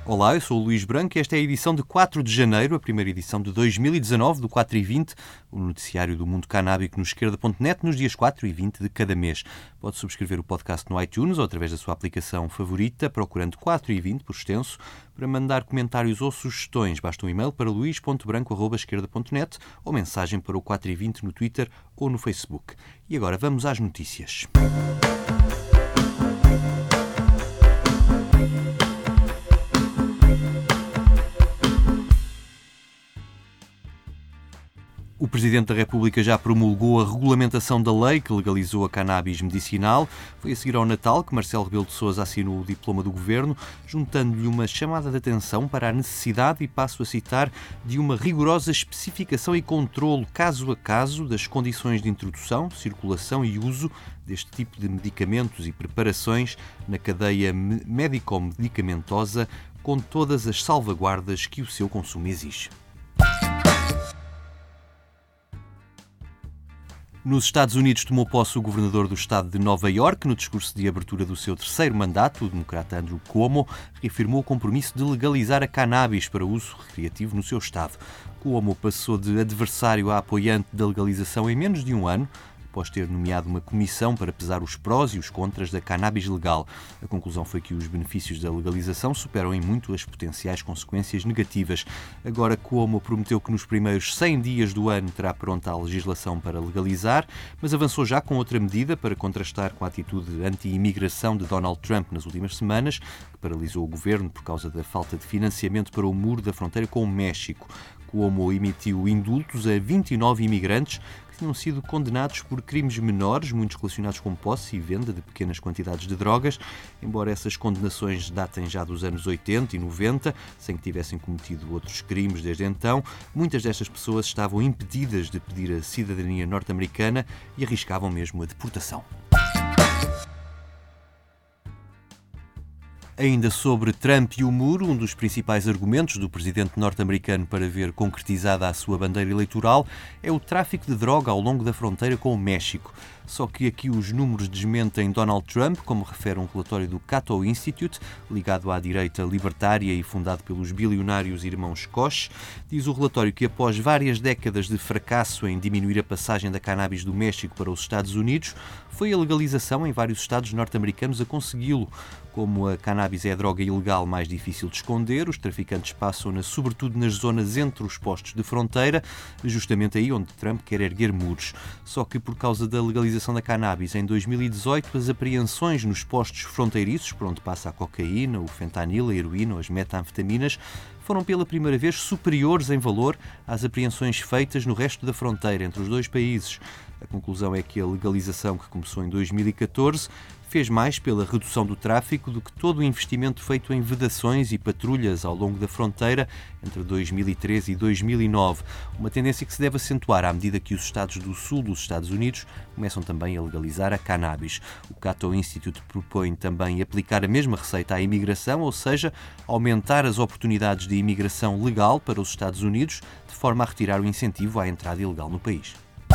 Olá, eu sou o Luís Branco e esta é a edição de 4 de janeiro, a primeira edição de 2019 do 4 e 20, o noticiário do mundo canábico no esquerda.net, nos dias 4 e 20 de cada mês. Pode subscrever o podcast no iTunes ou através da sua aplicação favorita, procurando 4 e 20 por extenso. Para mandar comentários ou sugestões, basta um e-mail para luis.branco@esquerda.net ou mensagem para o 4 e 20 no Twitter ou no Facebook. E agora vamos às notícias. O Presidente da República já promulgou a regulamentação da lei que legalizou a cannabis medicinal. Foi a seguir ao Natal que Marcelo Rebelo de Sousa assinou o diploma do Governo, juntando-lhe uma chamada de atenção para a necessidade, e passo a citar, de uma rigorosa especificação e controlo caso a caso das condições de introdução, circulação e uso deste tipo de medicamentos e preparações na cadeia médico-medicamentosa, com todas as salvaguardas que o seu consumo exige. Nos Estados Unidos tomou posse o governador do estado de Nova Iorque. No discurso de abertura do seu terceiro mandato, o democrata Andrew Cuomo reafirmou o compromisso de legalizar a cannabis para uso recreativo no seu estado. Cuomo passou de adversário a apoiante da legalização em menos de um ano, após ter nomeado uma comissão para pesar os prós e os contras da cannabis legal. A conclusão foi que os benefícios da legalização superam em muito as potenciais consequências negativas. Agora, Cuomo prometeu que nos primeiros 100 dias do ano terá pronta a legislação para legalizar, mas avançou já com outra medida para contrastar com a atitude anti-imigração de Donald Trump nas últimas semanas, que paralisou o governo por causa da falta de financiamento para o muro da fronteira com o México. Cuomo emitiu indultos a 29 imigrantes que tinham sido condenados por crimes menores, muitos relacionados com posse e venda de pequenas quantidades de drogas, embora essas condenações datem já dos anos 80 e 90, sem que tivessem cometido outros crimes desde então. Muitas destas pessoas estavam impedidas de pedir a cidadania norte-americana e arriscavam mesmo a deportação. Ainda sobre Trump e o muro, um dos principais argumentos do presidente norte-americano para ver concretizada a sua bandeira eleitoral é o tráfico de droga ao longo da fronteira com o México. Só que aqui os números desmentem Donald Trump, como refere um relatório do Cato Institute, ligado à direita libertária e fundado pelos bilionários irmãos Koch. Diz o relatório que após várias décadas de fracasso em diminuir a passagem da cannabis do México para os Estados Unidos, foi a legalização em vários estados norte-americanos a consegui-lo. Como a cannabis é a droga ilegal mais difícil de esconder, os traficantes passam-na sobretudo nas zonas entre os postos de fronteira, justamente aí onde Trump quer erguer muros. Só que por causa da legalização da cannabis, em 2018, as apreensões nos postos fronteiriços, por onde passa a cocaína, o fentanil, a heroína ou as metanfetaminas, foram pela primeira vez superiores em valor às apreensões feitas no resto da fronteira entre os dois países. A conclusão é que a legalização, que começou em 2014, fez mais pela redução do tráfico do que todo o investimento feito em vedações e patrulhas ao longo da fronteira entre 2013 e 2009. Uma tendência que se deve acentuar à medida que os estados do sul dos Estados Unidos começam também a legalizar a cannabis. O Cato Institute propõe também aplicar a mesma receita à imigração, ou seja, aumentar as oportunidades de imigração legal para os Estados Unidos, de forma a retirar o incentivo à entrada ilegal no país.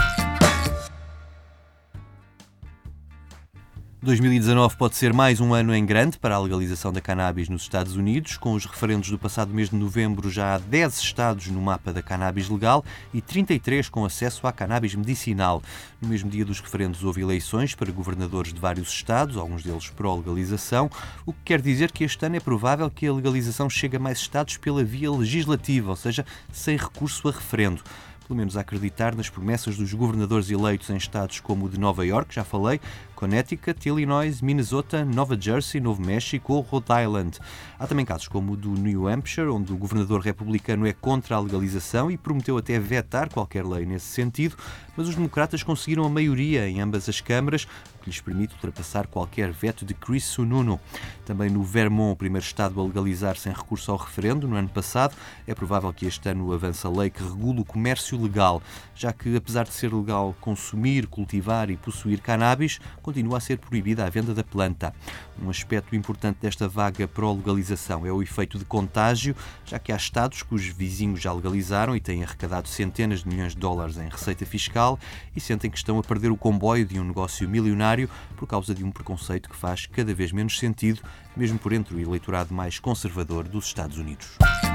2019 pode ser mais um ano em grande para a legalização da cannabis nos Estados Unidos. Com os referendos do passado mês de novembro, já há 10 estados no mapa da cannabis legal e 33 com acesso à cannabis medicinal. No mesmo dia dos referendos houve eleições para governadores de vários estados, alguns deles pró-legalização, o que quer dizer que este ano é provável que a legalização chegue a mais estados pela via legislativa, ou seja, sem recurso a referendo. Pelo menos a acreditar nas promessas dos governadores eleitos em estados como o de Nova Iorque, já falei, Connecticut, Illinois, Minnesota, Nova Jersey, Novo México ou Rhode Island. Há também casos como o do New Hampshire, onde o governador republicano é contra a legalização e prometeu até vetar qualquer lei nesse sentido, mas os democratas conseguiram a maioria em ambas as câmaras, o que lhes permite ultrapassar qualquer veto de Chris Sununu. Também no Vermont, o primeiro estado a legalizar sem recurso ao referendo, no ano passado, é provável que este ano avance a lei que regula o comércio negócio legal, já que, apesar de ser legal consumir, cultivar e possuir cannabis, continua a ser proibida a venda da planta. Um aspecto importante desta vaga pró-legalização é o efeito de contágio, já que há estados cujos vizinhos já legalizaram e têm arrecadado centenas de milhões de dólares em receita fiscal e sentem que estão a perder o comboio de um negócio milionário por causa de um preconceito que faz cada vez menos sentido, mesmo por entre o eleitorado mais conservador dos Estados Unidos.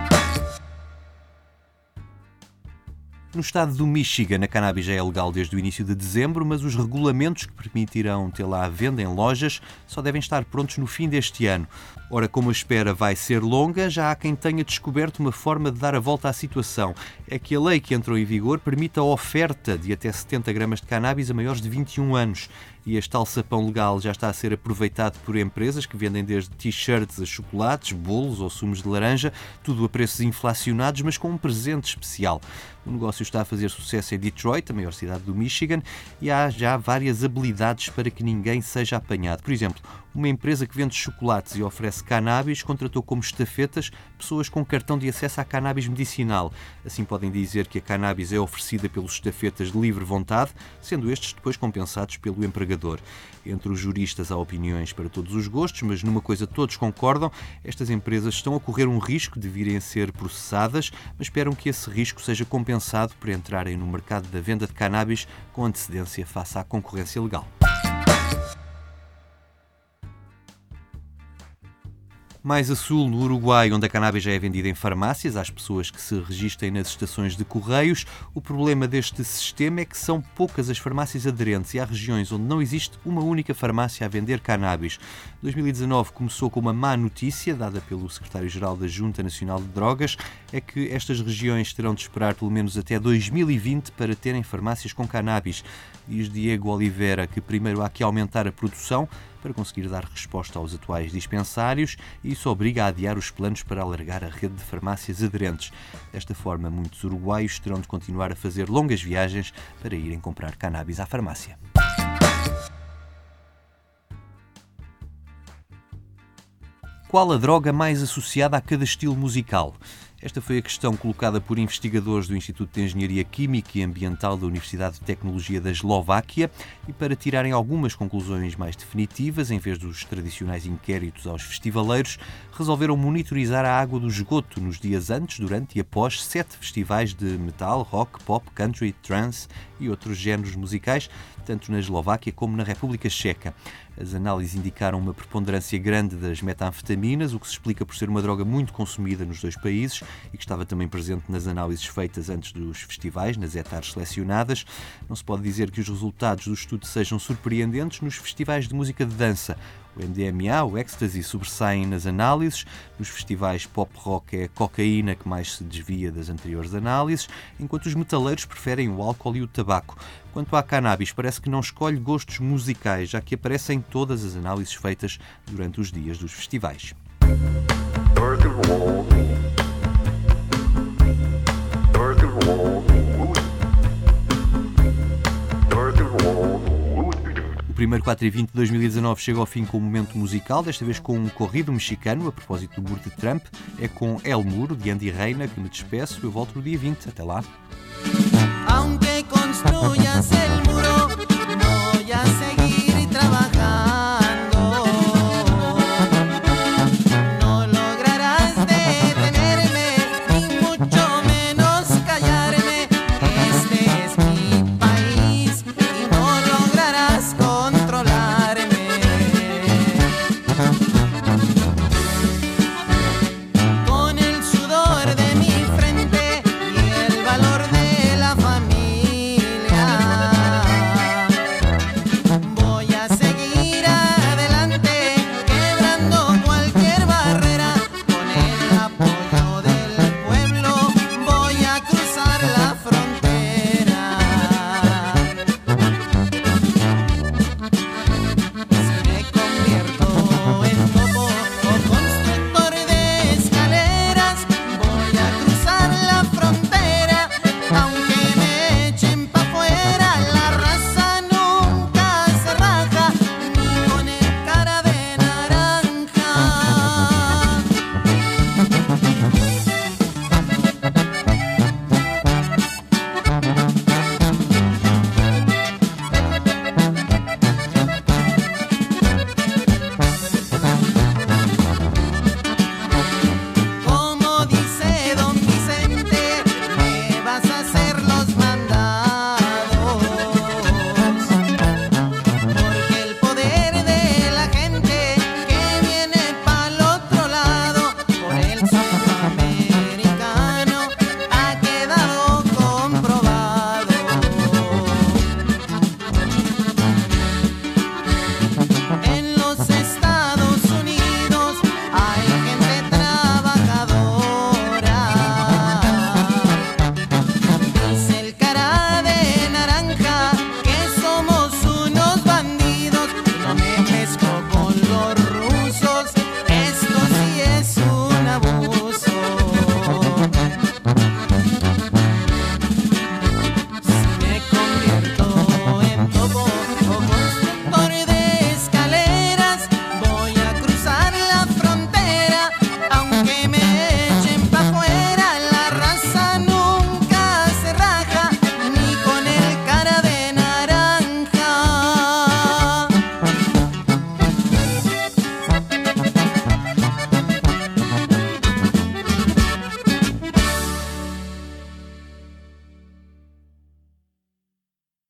No estado do Michigan, a cannabis já é legal desde o início de dezembro, mas os regulamentos que permitirão tê-la à venda em lojas só devem estar prontos no fim deste ano. Ora, como a espera vai ser longa, já há quem tenha descoberto uma forma de dar a volta à situação. É que a lei que entrou em vigor permite a oferta de até 70 gramas de cannabis a maiores de 21 anos. E este alçapão legal já está a ser aproveitado por empresas que vendem desde t-shirts a chocolates, bolos ou sumos de laranja, tudo a preços inflacionados, mas com um presente especial. O negócio está a fazer sucesso em Detroit, a maior cidade do Michigan, e há já várias habilidades para que ninguém seja apanhado. Por exemplo, uma empresa que vende chocolates e oferece cannabis contratou como estafetas pessoas com cartão de acesso à cannabis medicinal. Assim podem dizer que a cannabis é oferecida pelos estafetas de livre vontade, sendo estes depois compensados pelo empregador. Entre os juristas há opiniões para todos os gostos, mas numa coisa todos concordam, estas empresas estão a correr um risco de virem a ser processadas, mas esperam que esse risco seja compensado por entrarem no mercado da venda de cannabis com antecedência face à concorrência legal. Mais a sul, no Uruguai, onde a cannabis já é vendida em farmácias às pessoas que se registrem nas estações de correios, o problema deste sistema é que são poucas as farmácias aderentes e há regiões onde não existe uma única farmácia a vender cannabis. 2019 começou com uma má notícia, dada pelo secretário-geral da Junta Nacional de Drogas, é que estas regiões terão de esperar pelo menos até 2020 para terem farmácias com cannabis. Diz Diego Oliveira que primeiro há que aumentar a produção para conseguir dar resposta aos atuais dispensários e isso obriga a adiar os planos para alargar a rede de farmácias aderentes. Desta forma, muitos uruguaios terão de continuar a fazer longas viagens para irem comprar cannabis à farmácia. Qual a droga mais associada a cada estilo musical? Esta foi a questão colocada por investigadores do Instituto de Engenharia Química e Ambiental da Universidade de Tecnologia da Eslováquia e para tirarem algumas conclusões mais definitivas, em vez dos tradicionais inquéritos aos festivaleiros, resolveram monitorizar a água do esgoto nos dias antes, durante e após 7 festivais de metal, rock, pop, country, trance e outros géneros musicais, tanto na Eslováquia como na República Checa. As análises indicaram uma preponderância grande das metanfetaminas, o que se explica por ser uma droga muito consumida nos dois países e que estava também presente nas análises feitas antes dos festivais, nas hectares selecionadas. Não se pode dizer que os resultados do estudo sejam surpreendentes nos festivais de música de dança. O MDMA, o ecstasy, sobressaem nas análises. Nos festivais pop-rock é a cocaína que mais se desvia das anteriores análises, enquanto os metaleiros preferem o álcool e o tabaco. Quanto à cannabis, parece que não escolhe gostos musicais, já que aparece em todas as análises feitas durante os dias dos festivais. O primeiro 4 de 2019 chega ao fim com um momento musical, desta vez com um corrido mexicano, a propósito do muro de Trump. É com El Muro, de Andy Reina, que me despeço. Eu volto no dia 20. Até lá.